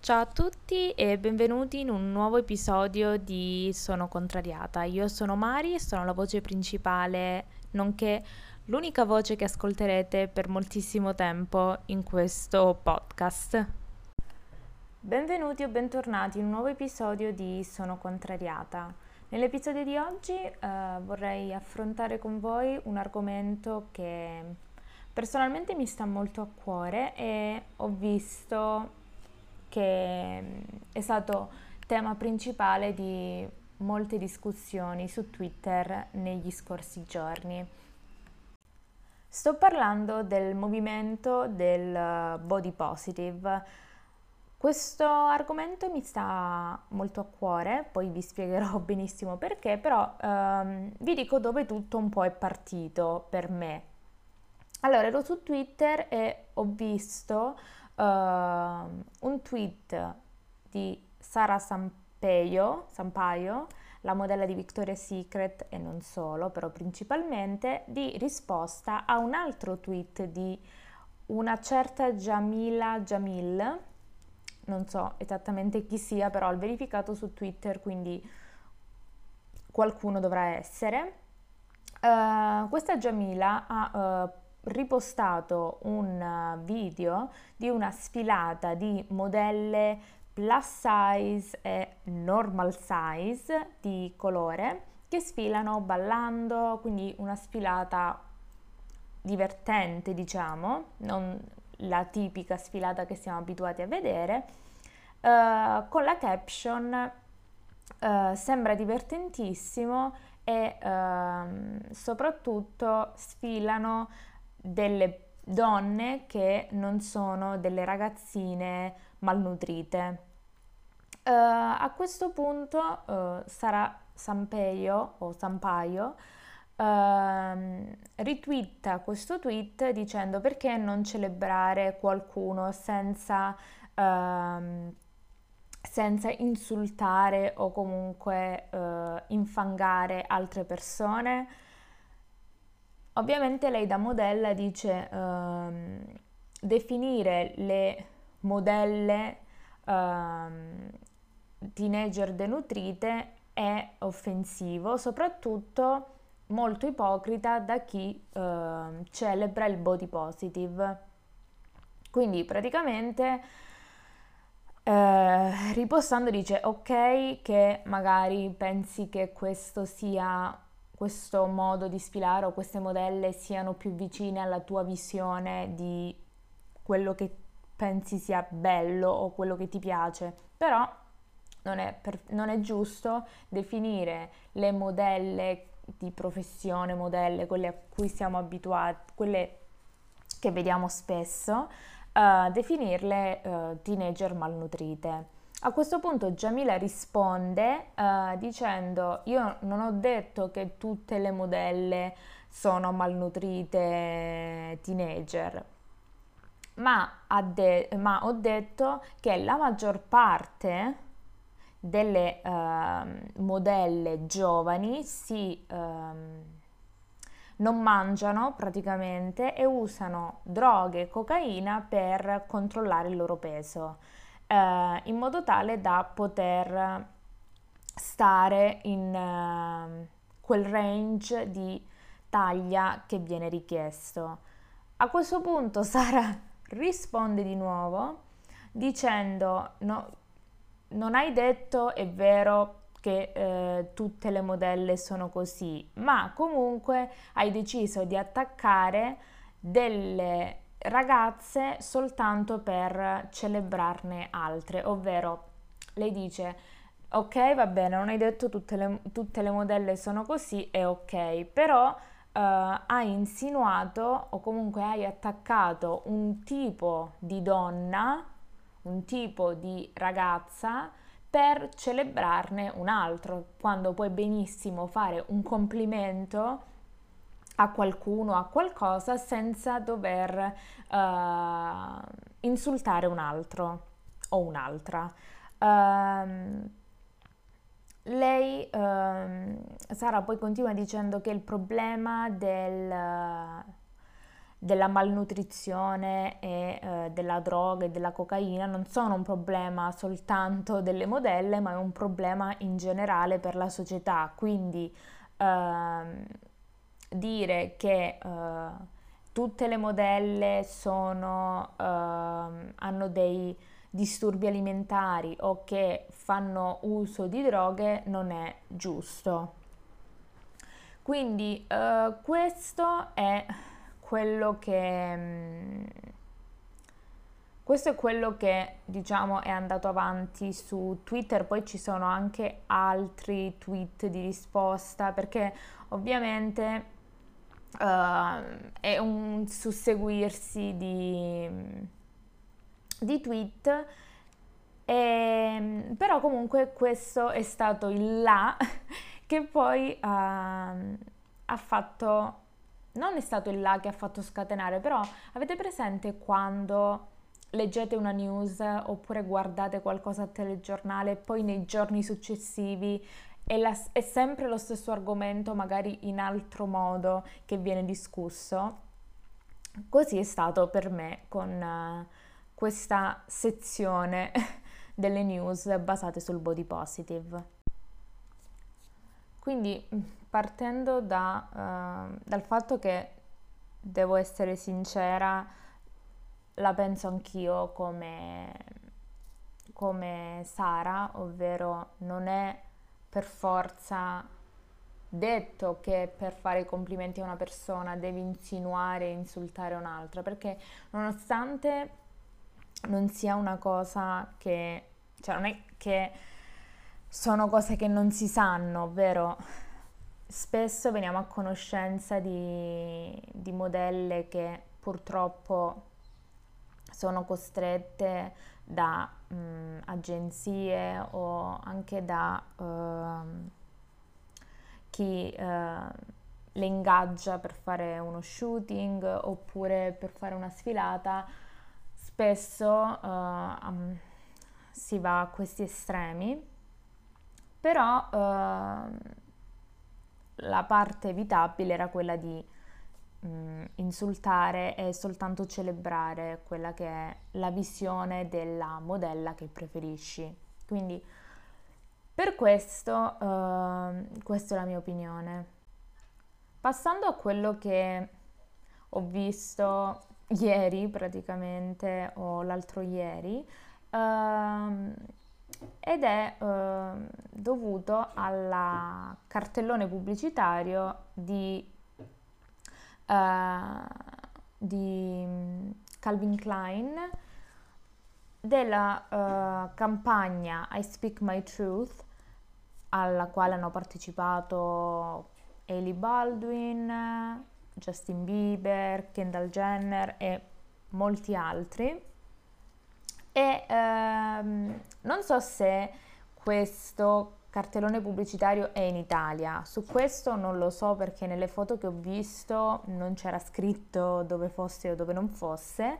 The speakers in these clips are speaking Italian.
Ciao a tutti e benvenuti in un nuovo episodio di Sono contrariata. Io sono Mari e sono la voce principale, nonché l'unica voce che ascolterete per moltissimo tempo in questo podcast. Benvenuti o bentornati in un nuovo episodio di Sono contrariata. Nell'episodio di oggi vorrei affrontare con voi un argomento che personalmente mi sta molto a cuore e ho visto che è stato tema principale di molte discussioni su Twitter negli scorsi giorni. Sto parlando del movimento del body positive. Questo argomento mi sta molto a cuore, poi vi spiegherò benissimo perché, però vi dico dove tutto un po' è partito per me. Allora, ero su Twitter e ho visto un tweet di Sara Sampaio, la modella di Victoria's Secret e non solo, però principalmente, di risposta a un altro tweet di una certa Jamila Jamil, non so esattamente chi sia, però ho verificato su Twitter, quindi qualcuno dovrà essere. Questa Jamila ha ripostato un video di una sfilata di modelle plus size e normal size di colore che sfilano ballando, quindi una sfilata divertente, diciamo, non la tipica sfilata che siamo abituati a vedere, con la caption sembra divertentissimo e soprattutto sfilano delle donne che non sono delle ragazzine malnutrite. A questo punto Sara Sampaio o Sampaio ritwitta questo tweet dicendo perché non celebrare qualcuno senza insultare o comunque infangare altre persone. Ovviamente lei da modella dice definire le modelle teenager denutrite è offensivo, soprattutto molto ipocrita da chi celebra il body positive. Quindi praticamente ripostando dice ok che magari pensi che questo modo di sfilare o queste modelle siano più vicine alla tua visione di quello che pensi sia bello o quello che ti piace, però non è giusto definire le modelle di professione, modelle, quelle a cui siamo abituati, quelle che vediamo spesso, definirle teenager malnutrite. A questo punto Jamila risponde dicendo io non ho detto che tutte le modelle sono malnutrite teenager, ma ho detto che la maggior parte delle modelle giovani non mangiano praticamente e usano droghe e cocaina per controllare il loro peso, in modo tale da poter stare in quel range di taglia che viene richiesto. A questo punto Sara risponde di nuovo dicendo no, non hai detto è vero che tutte le modelle sono così, ma comunque hai deciso di attaccare delle ragazze soltanto per celebrarne altre, ovvero lei dice ok, va bene, non hai detto tutte le modelle sono così, è ok, però hai insinuato o comunque hai attaccato un tipo di donna, un tipo di ragazza per celebrarne un altro, quando puoi benissimo fare un complimento a qualcuno, a qualcosa, senza dover insultare un altro o un'altra. Ehm, Sara poi continua dicendo che il problema della malnutrizione e della droga e della cocaina non sono un problema soltanto delle modelle, ma è un problema in generale per la società. Quindi dire che tutte le modelle hanno dei disturbi alimentari o che fanno uso di droghe non è giusto. Quindi questo è quello che diciamo è andato avanti su Twitter. Poi ci sono anche altri tweet di risposta, perché ovviamente è un susseguirsi di tweet, però comunque questo è stato il là che poi ha fatto, non è stato il là che ha fatto scatenare, però avete presente quando leggete una news oppure guardate qualcosa al telegiornale e poi nei giorni successivi è sempre lo stesso argomento, magari in altro modo, che viene discusso? Così è stato per me con questa sezione delle news basate sul body positive. Quindi partendo dal fatto che, devo essere sincera, la penso anch'io come Sara, ovvero non è per forza detto che per fare i complimenti a una persona devi insinuare e insultare un'altra, perché nonostante non sia una cosa cioè non è che sono cose che non si sanno, ovvero spesso veniamo a conoscenza di modelle che purtroppo sono costrette da agenzie o anche da chi le ingaggia per fare uno shooting oppure per fare una sfilata. Spesso si va a questi estremi, però la parte evitabile era quella di insultare e soltanto celebrare quella che è la visione della modella che preferisci. Quindi per questo, questa è la mia opinione. Passando a quello che ho visto ieri praticamente, o l'altro ieri, ed è dovuto al cartellone pubblicitario di Calvin Klein della campagna I Speak My Truth, alla quale hanno partecipato Hailey Baldwin, Justin Bieber, Kendall Jenner e molti altri. E non so se questo cartellone pubblicitario è in Italia, su questo non lo so perché nelle foto che ho visto non c'era scritto dove fosse o dove non fosse.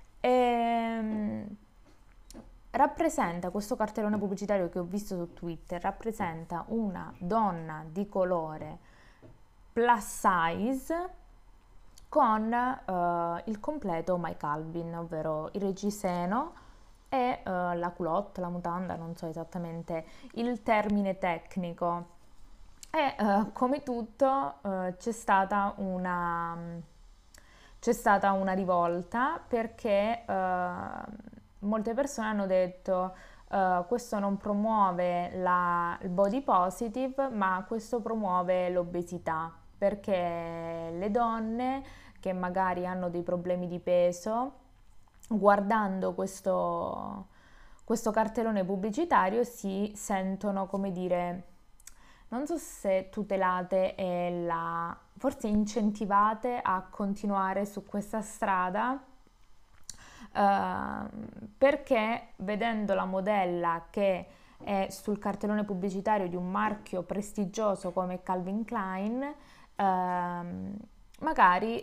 Rappresenta, questo cartellone pubblicitario che ho visto su Twitter, rappresenta una donna di colore plus size con il completo My Calvin, ovvero il reggiseno e la culotte, la mutanda, non so esattamente il termine tecnico. E come tutto c'è stata una rivolta, perché molte persone hanno detto questo non promuove il body positive, ma questo promuove l'obesità, perché le donne che magari hanno dei problemi di peso, guardando questo cartellone pubblicitario si sentono, come dire, non so se tutelate e forse incentivate a continuare su questa strada, perché vedendo la modella che è sul cartellone pubblicitario di un marchio prestigioso come Calvin Klein, magari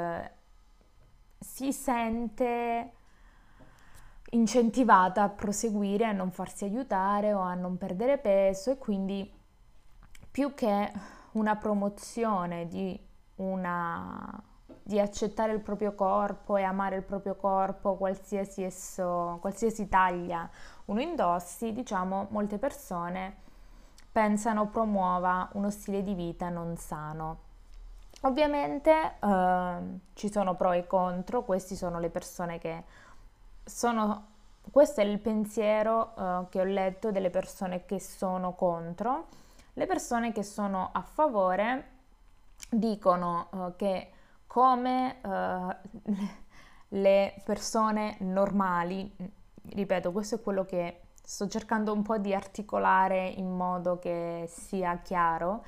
si sente incentivata a proseguire, a non farsi aiutare o a non perdere peso, e quindi più che una promozione di una di accettare il proprio corpo e amare il proprio corpo, qualsiasi taglia uno indossi, diciamo, molte persone pensano promuova uno stile di vita non sano. Ovviamente ci sono pro e contro, queste sono le persone che sono, questo è il pensiero che ho letto delle persone che sono contro. Le persone che sono a favore dicono che come le persone normali, ripeto, questo è quello che sto cercando un po' di articolare in modo che sia chiaro,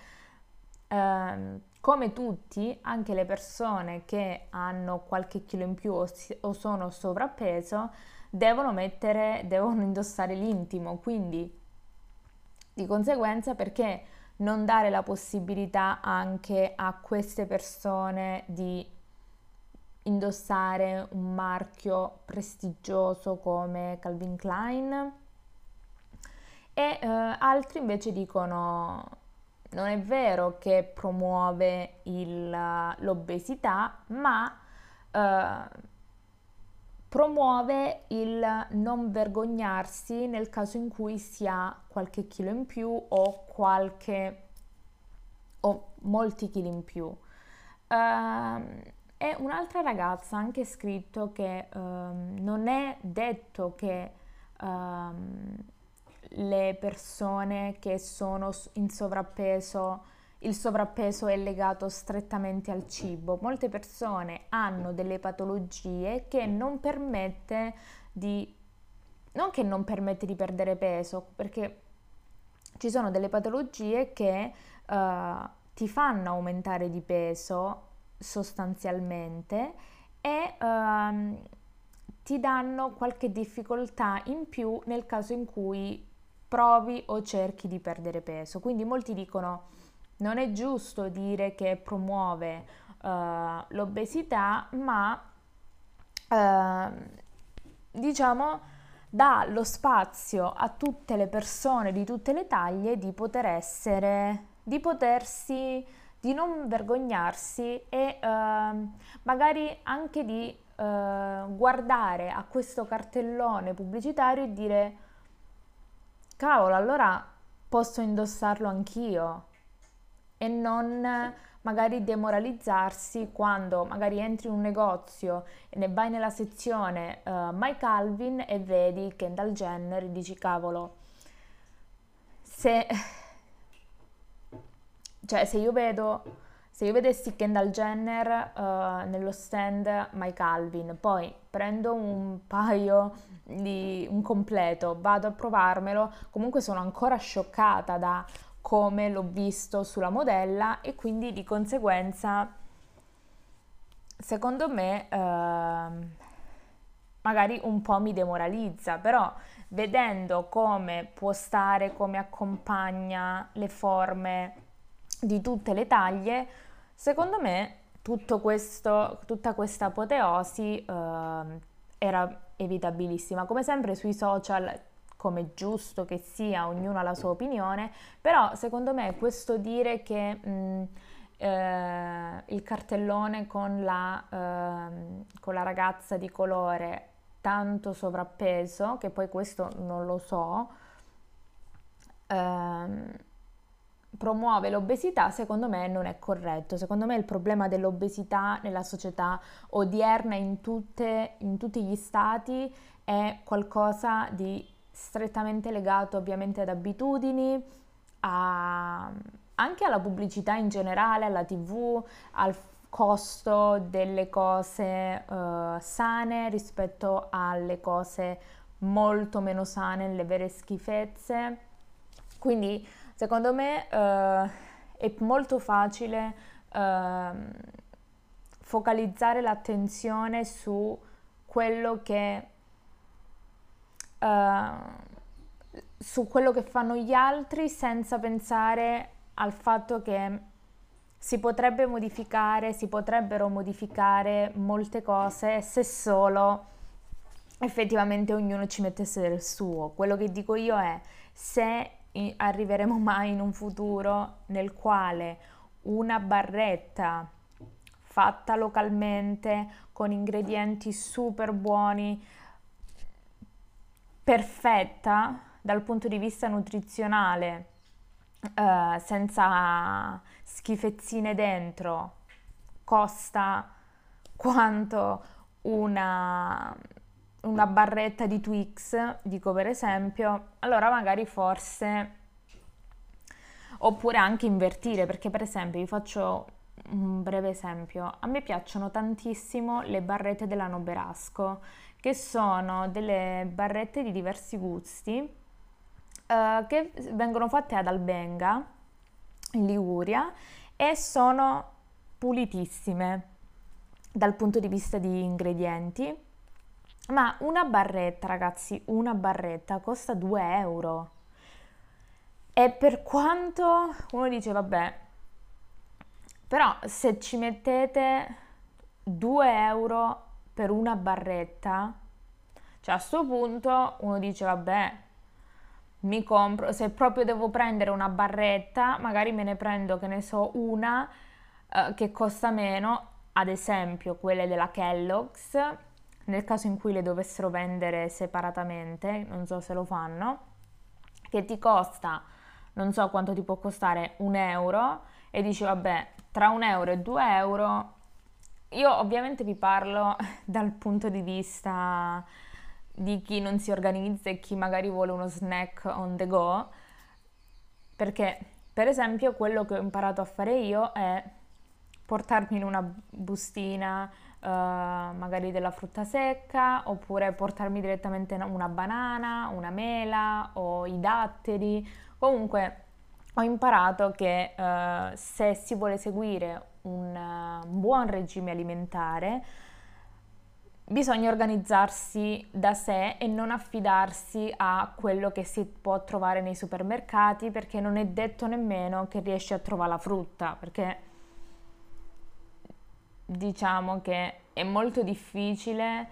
come tutti, anche le persone che hanno qualche chilo in più o sono sovrappeso devono indossare l'intimo, quindi di conseguenza perché non dare la possibilità anche a queste persone di indossare un marchio prestigioso come Calvin Klein? E altri invece dicono non è vero che promuove l'obesità, ma promuove il non vergognarsi nel caso in cui si ha qualche chilo in più o molti chili in più. E un'altra ragazza ha anche scritto che non è detto che le persone che sono in sovrappeso, il sovrappeso è legato strettamente al cibo. Molte persone hanno delle patologie che non permette non che non permette di perdere peso, perché ci sono delle patologie che ti fanno aumentare di peso sostanzialmente e ti danno qualche difficoltà in più nel caso in cui provi o cerchi di perdere peso. Quindi molti dicono non è giusto dire che promuove l'obesità, ma diciamo dà lo spazio a tutte le persone di tutte le taglie di di non vergognarsi e magari anche di guardare a questo cartellone pubblicitario e dire cavolo, allora posso indossarlo anch'io e non magari demoralizzarsi quando magari entri in un negozio e ne vai nella sezione My Calvin e vedi Kendall Jenner e dici cavolo, se se io vedessi Kendall Jenner nello stand My Calvin, poi prendo un completo, vado a provarmelo, comunque sono ancora scioccata da come l'ho visto sulla modella e quindi di conseguenza, secondo me, magari un po' mi demoralizza, però vedendo come può stare, come accompagna le forme di tutte le taglie, secondo me tutta questa apoteosi era evitabilissima. Come sempre sui social, come è giusto che sia, ognuno ha la sua opinione, però secondo me questo dire che il cartellone con la ragazza di colore tanto sovrappeso, che poi questo non lo so, promuove l'obesità, secondo me non è corretto. Secondo me il problema dell'obesità nella società odierna in tutti gli stati è qualcosa di strettamente legato ovviamente ad abitudini, anche alla pubblicità in generale, alla TV, al costo delle cose sane rispetto alle cose molto meno sane, le vere schifezze. Quindi secondo me è molto facile focalizzare l'attenzione su quello che fanno gli altri senza pensare al fatto che si potrebbero modificare molte cose se solo effettivamente ognuno ci mettesse del suo. Quello che dico io è se arriveremo mai in un futuro nel quale una barretta fatta localmente con ingredienti super buoni, perfetta dal punto di vista nutrizionale, senza schifezzine dentro, costa quanto una barretta di Twix, dico per esempio, allora magari forse, oppure anche invertire, perché per esempio vi faccio un breve esempio, a me piacciono tantissimo le barrette della Noberasco, che sono delle barrette di diversi gusti, che vengono fatte ad Albenga, in Liguria, e sono pulitissime dal punto di vista di ingredienti. Ma una barretta, ragazzi, una barretta costa 2 euro. E per quanto uno dice, vabbè, però se ci mettete 2 euro per una barretta, cioè a sto punto uno dice, vabbè, mi compro, se proprio devo prendere una barretta, magari me ne prendo, che ne so, una che costa meno, ad esempio quelle della Kellogg's, nel caso in cui le dovessero vendere separatamente, non so se lo fanno, che ti costa, non so quanto ti può costare, 1 euro, e dici vabbè, tra 1 euro e 2 euro, io ovviamente vi parlo dal punto di vista di chi non si organizza e chi magari vuole uno snack on the go, perché per esempio quello che ho imparato a fare io è portarmi in una bustina magari della frutta secca, oppure portarmi direttamente una banana, una mela o i datteri. Comunque ho imparato che se si vuole seguire un buon regime alimentare bisogna organizzarsi da sé e non affidarsi a quello che si può trovare nei supermercati, perché non è detto nemmeno che riesci a trovare la frutta, perché diciamo che è molto difficile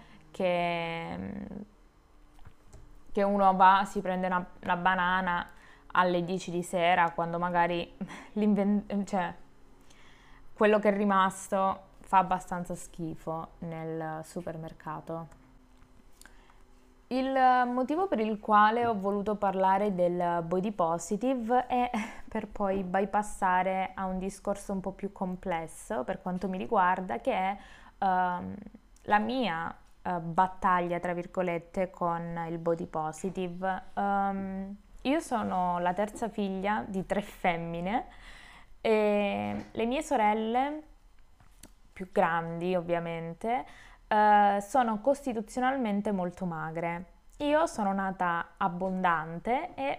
che uno va, si prende una banana alle 10 di sera, quando magari cioè, quello che è rimasto fa abbastanza schifo nel supermercato. Il motivo per il quale ho voluto parlare del body positive è per poi bypassare a un discorso un po' più complesso per quanto mi riguarda, che è la mia battaglia, tra virgolette, con il body positive. Io sono la terza figlia di 3 femmine e le mie sorelle, più grandi ovviamente, sono costituzionalmente molto magre. Io sono nata abbondante e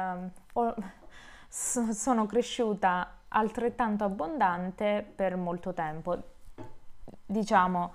sono cresciuta altrettanto abbondante per molto tempo. Diciamo,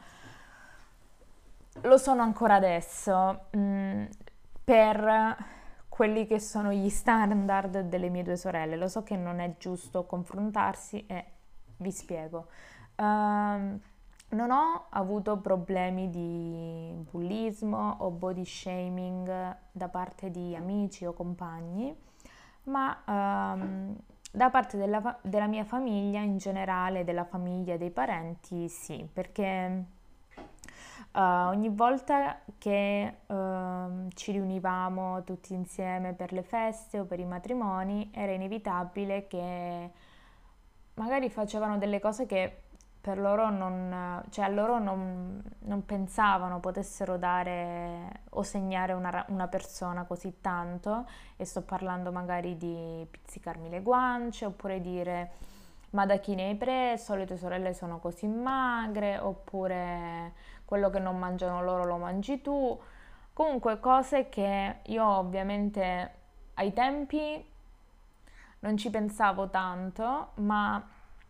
lo sono ancora adesso, per quelli che sono gli standard delle mie 2 sorelle. Lo so che non è giusto confrontarsi e vi spiego. Non ho avuto problemi di bullismo o body shaming da parte di amici o compagni, ma da parte della mia famiglia in generale, della famiglia e dei parenti, sì, perché ogni volta che ci riunivamo tutti insieme per le feste o per i matrimoni, era inevitabile che magari facevano delle cose che per loro cioè a loro non pensavano potessero dare o segnare una persona così tanto, e sto parlando magari di pizzicarmi le guance, oppure dire ma da chi ne hai preso, le tue sorelle sono così magre, oppure quello che non mangiano loro lo mangi tu. Comunque cose che io ovviamente ai tempi non ci pensavo tanto, ma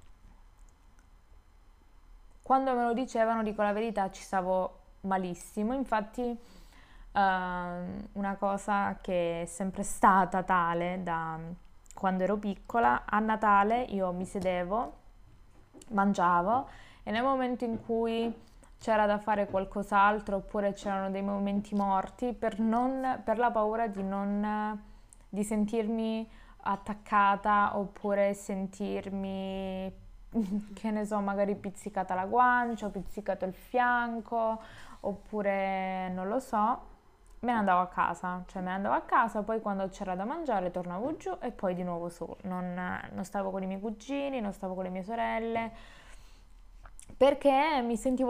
quando me lo dicevano, dico la verità, ci stavo malissimo. Infatti una cosa che è sempre stata tale da quando ero piccola, a Natale io mi sedevo, mangiavo, e nel momento in cui c'era da fare qualcos'altro oppure c'erano dei momenti morti, per la paura di sentirmi attaccata oppure sentirmi che ne so, magari pizzicata la guancia, ho pizzicato il fianco, oppure non lo so, me ne andavo a casa, cioè me ne andavo a casa, poi quando c'era da mangiare tornavo giù e poi di nuovo su, non stavo con i miei cugini, non stavo con le mie sorelle, perché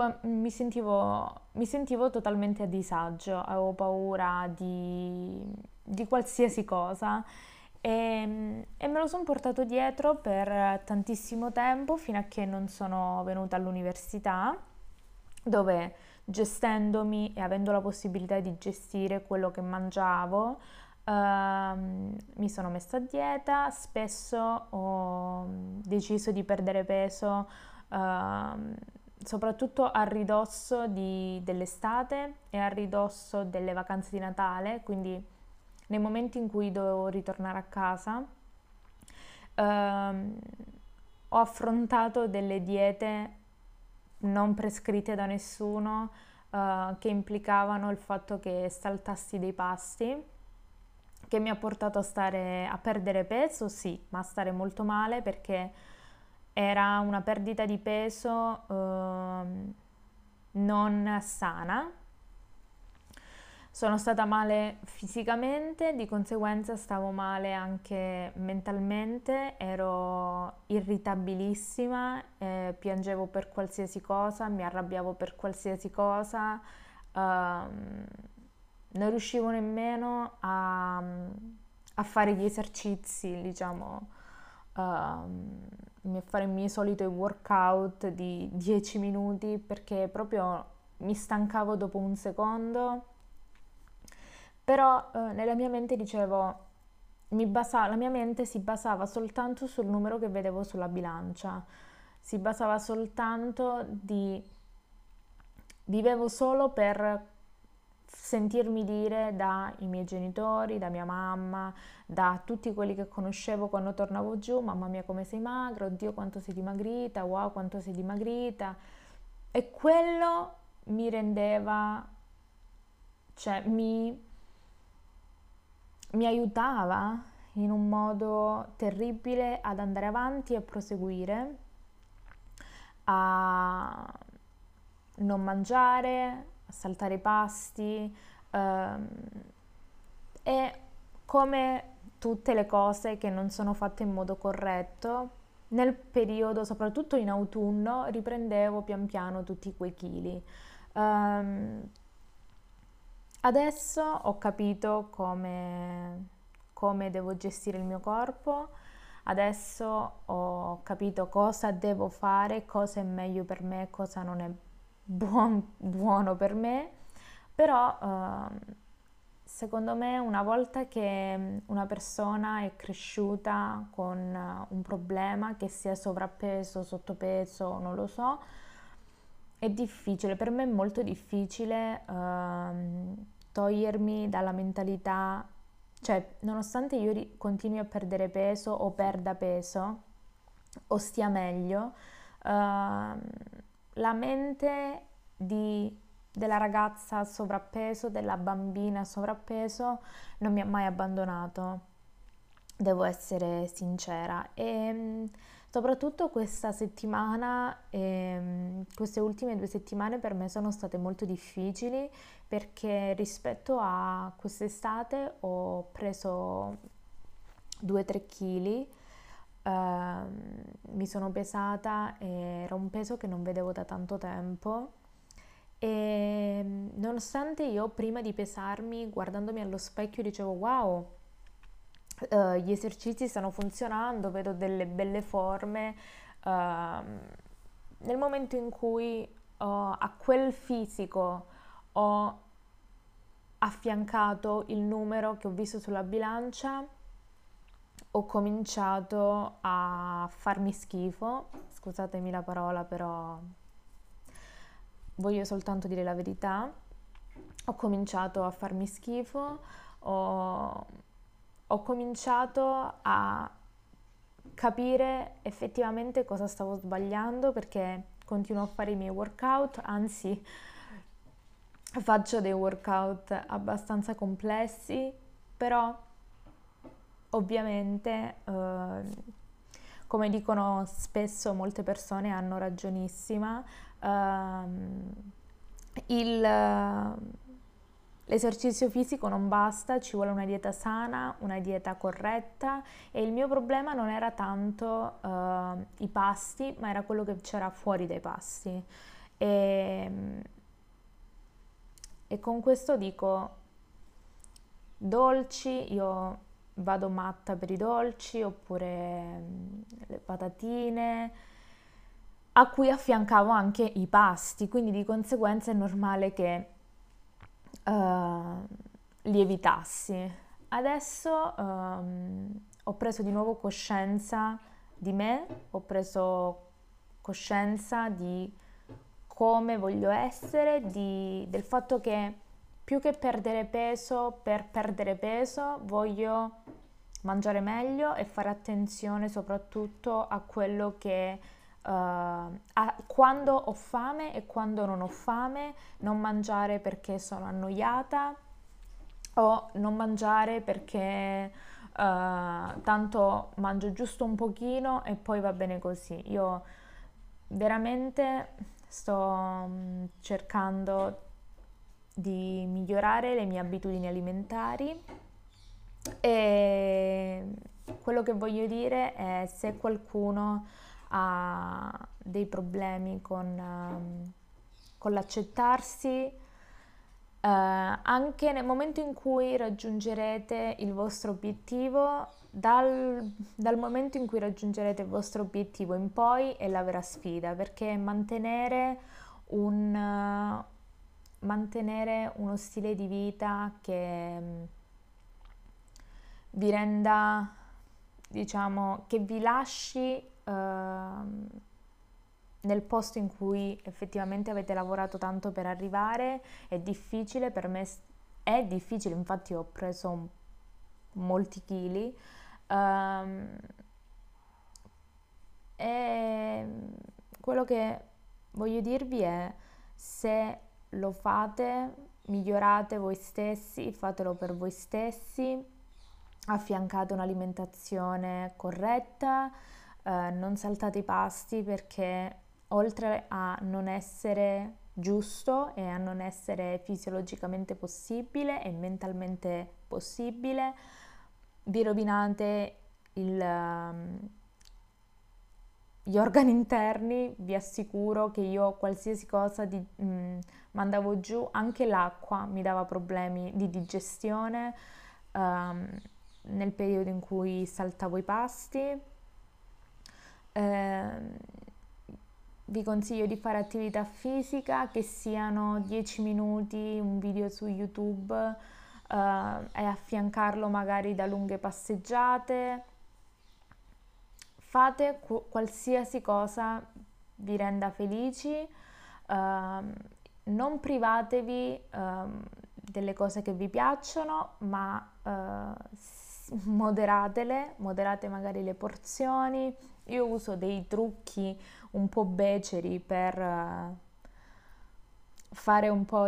mi sentivo totalmente a disagio, avevo paura di qualsiasi cosa e me lo sono portato dietro per tantissimo tempo fino a che non sono venuta all'università, dove gestendomi e avendo la possibilità di gestire quello che mangiavo, mi sono messa a dieta, spesso ho deciso di perdere peso, ehm, soprattutto a ridosso dell'estate e a ridosso delle vacanze di Natale, quindi nei momenti in cui dovevo ritornare a casa, ehm, ho affrontato delle diete non prescritte da nessuno, che implicavano il fatto che saltassi dei pasti, che mi ha portato a perdere peso, sì, ma a stare molto male perché era una perdita di peso non sana. Sono stata male fisicamente, di conseguenza stavo male anche mentalmente, ero irritabilissima, piangevo per qualsiasi cosa, mi arrabbiavo per qualsiasi cosa, non riuscivo nemmeno a fare gli esercizi, diciamo, a fare i miei soliti workout di 10 minuti perché proprio mi stancavo dopo un secondo. Però nella mia mente dicevo, la mia mente si basava soltanto sul numero che vedevo sulla bilancia, si basava soltanto vivevo solo per sentirmi dire dai miei genitori, da mia mamma, da tutti quelli che conoscevo quando tornavo giù, mamma mia come sei magra, oddio quanto sei dimagrita, wow quanto sei dimagrita. E quello mi rendeva, cioè mi aiutava in un modo terribile ad andare avanti e proseguire, a non mangiare, a saltare i pasti ehm, e come tutte le cose che non sono fatte in modo corretto, nel periodo, soprattutto in autunno, riprendevo pian piano tutti quei chili. Ehm, Adesso ho capito come devo gestire il mio corpo, adesso ho capito cosa devo fare, cosa è meglio per me, cosa non è buono per me, però secondo me una volta che una persona è cresciuta con un problema, che sia sovrappeso, sottopeso, non lo so, è difficile, per me è molto difficile togliermi dalla mentalità, cioè nonostante io continui a perdere peso o perda peso o stia meglio, la mente della ragazza a sovrappeso, della bambina a sovrappeso non mi ha mai abbandonato, devo essere sincera. E soprattutto questa settimana, queste ultime 2 settimane per me sono state molto difficili perché rispetto a quest'estate ho preso 2-3 kg, mi sono pesata e era un peso che non vedevo da tanto tempo e nonostante io prima di pesarmi, guardandomi allo specchio, dicevo wow, gli esercizi stanno funzionando, vedo delle belle forme, nel momento in cui a quel fisico ho affiancato il numero che ho visto sulla bilancia, ho cominciato a farmi schifo, scusatemi la parola, però voglio soltanto dire la verità. Ho cominciato a farmi schifo, ho cominciato a capire effettivamente cosa stavo sbagliando perché continuo a fare i miei workout, anzi faccio dei workout abbastanza complessi, però ovviamente come dicono spesso molte persone, hanno ragionissima, l'esercizio fisico non basta, ci vuole una dieta sana, una dieta corretta e il mio problema non era tanto i pasti, ma era quello che c'era fuori dai pasti. E, e con questo dico, dolci, io vado matta per i dolci, oppure le patatine, a cui affiancavo anche i pasti, quindi di conseguenza è normale che li evitassi. Adesso ho preso di nuovo coscienza di me, ho preso coscienza di come voglio essere, del fatto che più che perdere peso per perdere peso, voglio mangiare meglio e fare attenzione soprattutto a quello che a quando ho fame e quando non ho fame, non mangiare perché sono annoiata o non mangiare perché tanto mangio giusto un pochino e poi va bene così. Io veramente sto cercando di migliorare le mie abitudini alimentari e quello che voglio dire è se qualcuno ha dei problemi con l'accettarsi, anche nel momento in cui raggiungerete il vostro obiettivo, dal momento in cui raggiungerete il vostro obiettivo in poi è la vera sfida, perché mantenere uno stile di vita che vi renda, diciamo, che vi lasci nel posto in cui effettivamente avete lavorato tanto per arrivare, è difficile per me, è difficile, infatti ho preso molti chili, e quello che voglio dirvi è: se lo fate, migliorate voi stessi, fatelo per voi stessi, affiancate un'alimentazione corretta, non saltate i pasti, perché oltre a non essere giusto e a non essere fisiologicamente possibile e mentalmente possibile, vi rovinate gli organi interni. Vi assicuro che io qualsiasi cosa mandavo giù, anche l'acqua mi dava problemi di digestione nel periodo in cui saltavo i pasti. Vi consiglio di fare attività fisica, che siano 10 minuti, un video su YouTube, e affiancarlo magari da lunghe passeggiate. Fate qualsiasi cosa vi renda felici, non privatevi delle cose che vi piacciono, ma moderate magari le porzioni. Io uso dei trucchi un po' beceri per fare un po'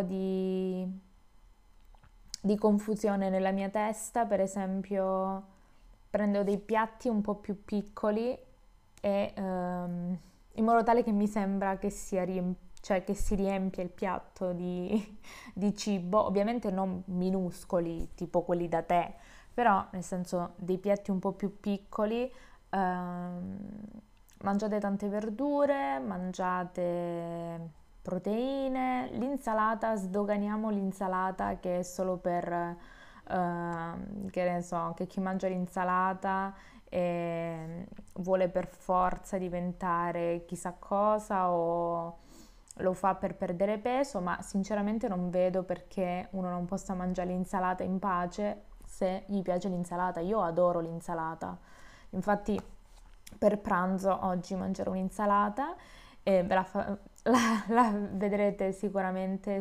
di confusione nella mia testa. Per esempio, prendo dei piatti un po' più piccoli e in modo tale che mi sembra che cioè che si riempie il piatto di cibo, ovviamente non minuscoli tipo quelli da tè, però nel senso dei piatti un po' più piccoli. Mangiate tante verdure, mangiate proteine, l'insalata, sdoganiamo l'insalata che è solo per, che ne so, che chi mangia l'insalata vuole per forza diventare chissà cosa o lo fa per perdere peso, ma sinceramente non vedo perché uno non possa mangiare l'insalata in pace se gli piace l'insalata. Io adoro l'insalata, infatti per pranzo oggi mangerò un'insalata e la vedrete sicuramente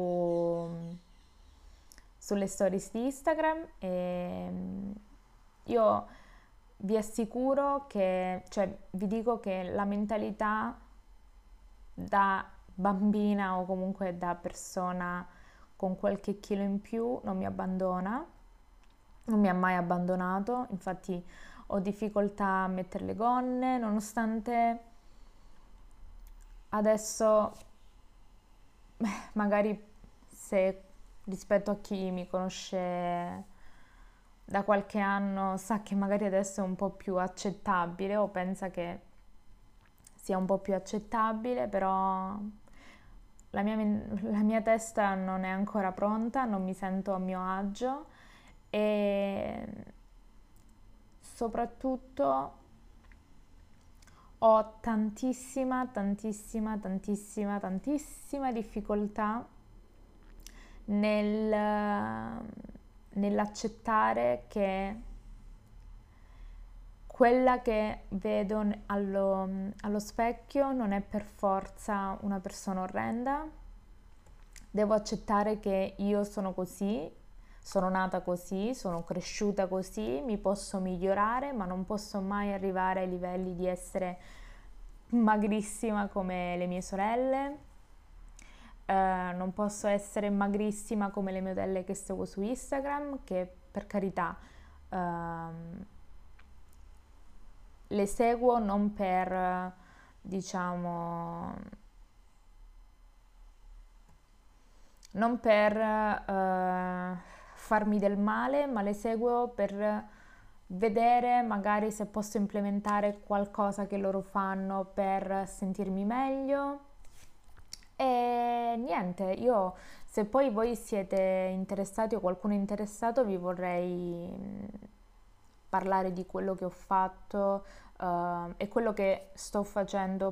sulle stories di Instagram. E io vi assicuro che, cioè vi dico che la mentalità da bambina o comunque da persona con qualche chilo in più non mi abbandona, non mi ha mai abbandonato. Infatti ho difficoltà a mettere le gonne, nonostante adesso magari se rispetto a chi mi conosce da qualche anno sa che magari adesso è un po' più accettabile o pensa che sia un po' più accettabile, però la mia testa non è ancora pronta, non mi sento a mio agio e soprattutto ho tantissima difficoltà nell'accettare che quella che vedo allo specchio non è per forza una persona orrenda. Devo accettare che io sono così, sono nata così, sono cresciuta così, mi posso migliorare, ma non posso mai arrivare ai livelli di essere magrissima come le mie sorelle. Non posso essere magrissima come le modelle che seguo su Instagram, che per carità le seguo non per, diciamo, non per farmi del male, ma le seguo per vedere magari se posso implementare qualcosa che loro fanno per sentirmi meglio. E niente, io se poi voi siete interessati o qualcuno è interessato, vi vorrei parlare di quello che ho fatto e quello che sto facendo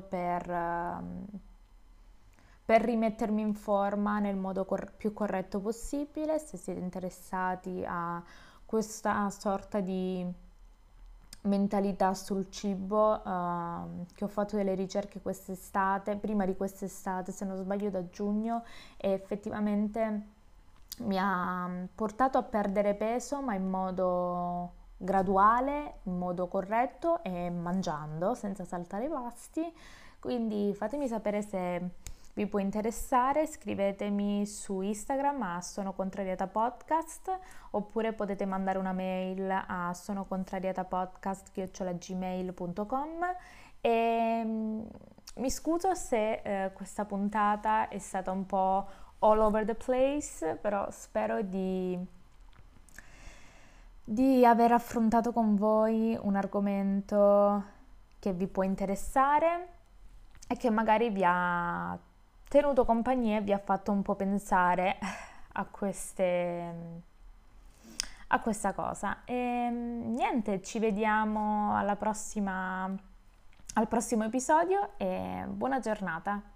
per rimettermi in forma nel modo più corretto possibile. Se siete interessati a questa sorta di mentalità sul cibo, che ho fatto delle ricerche quest'estate, prima di quest'estate, se non sbaglio da giugno, e effettivamente mi ha portato a perdere peso, ma in modo graduale, in modo corretto e mangiando senza saltare i pasti. Quindi fatemi sapere se vi può interessare, scrivetemi su Instagram a Sono Contrariata Podcast, oppure potete mandare una mail a sonocontrariatapodcast@gmail.com e mi scuso se questa puntata è stata un po' all over the place, però spero di aver affrontato con voi un argomento che vi può interessare e che magari vi ha tenuto compagnia e vi ha fatto un po' pensare a questa cosa. E niente, ci vediamo al prossimo episodio e buona giornata.